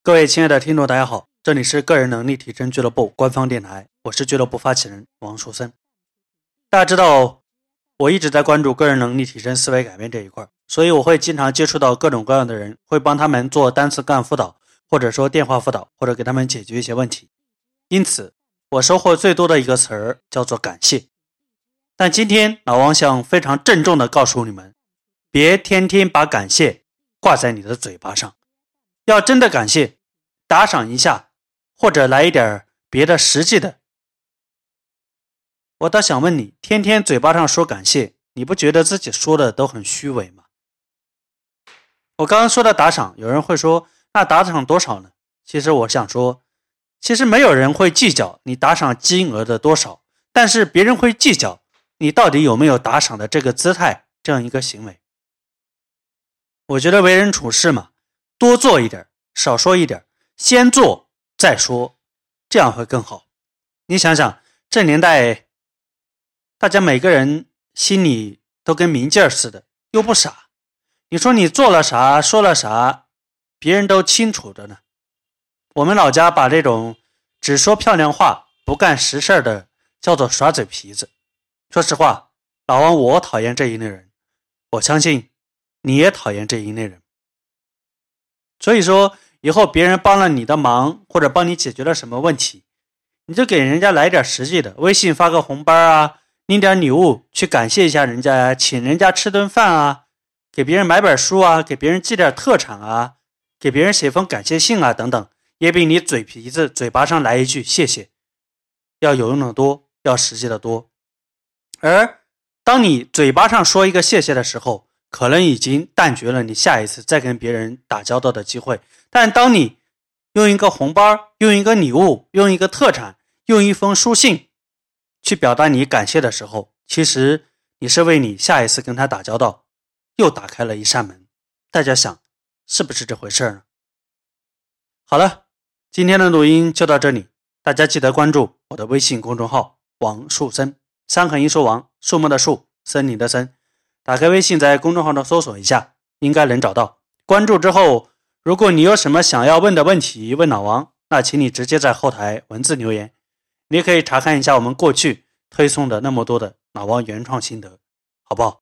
各位亲爱的听众大家好，这里是个人能力提升俱乐部官方电台，我是俱乐部发起人王树森。大家知道我一直在关注个人能力提升思维改变这一块，所以我会经常接触到各种各样的人，会帮他们做单词个案辅导，或者说电话辅导，或者给他们解决一些问题。因此我收获最多的一个词儿叫做感谢。但今天老王想非常郑重地告诉你们，别天天把感谢挂在你的嘴巴上，要真的感谢，打赏一下，或者来一点别的实际的。我倒想问你，天天嘴巴上说感谢，你不觉得自己说的都很虚伪吗？我刚刚说的打赏，有人会说那打赏多少呢？其实我想说，其实没有人会计较你打赏金额的多少，但是别人会计较你到底有没有打赏的这个姿态，这样一个行为。我觉得为人处事嘛，多做一点，少说一点，先做再说，这样会更好。你想想，这年代大家每个人心里都跟明镜似的，又不傻，你说你做了啥说了啥，别人都清楚的呢。我们老家把这种只说漂亮话不干实事的叫做耍嘴皮子。说实话，老王我讨厌这一类人，我相信你也讨厌这一类人。所以说以后别人帮了你的忙，或者帮你解决了什么问题，你就给人家来点实际的，微信发个红包啊，拎点礼物去感谢一下人家啊，请人家吃顿饭啊，给别人买本书啊，给别人寄点特产啊，给别人写封感谢信啊，等等，也比你嘴皮子嘴巴上来一句谢谢要有用的多，要实际的多。而当你嘴巴上说一个谢谢的时候，可能已经断绝了你下一次再跟别人打交道的机会。但当你用一个红包，用一个礼物，用一个特产，用一封书信去表达你感谢的时候，其实你是为你下一次跟他打交道又打开了一扇门。大家想是不是这回事呢？好了，今天的录音就到这里，大家记得关注我的微信公众号王树森，三横一竖王，树木的树，森林的森。打开微信，在公众号中搜索一下，应该能找到。关注之后，如果你有什么想要问的问题问老王，那请你直接在后台文字留言。你也可以查看一下我们过去推送的那么多的老王原创心得，好不好？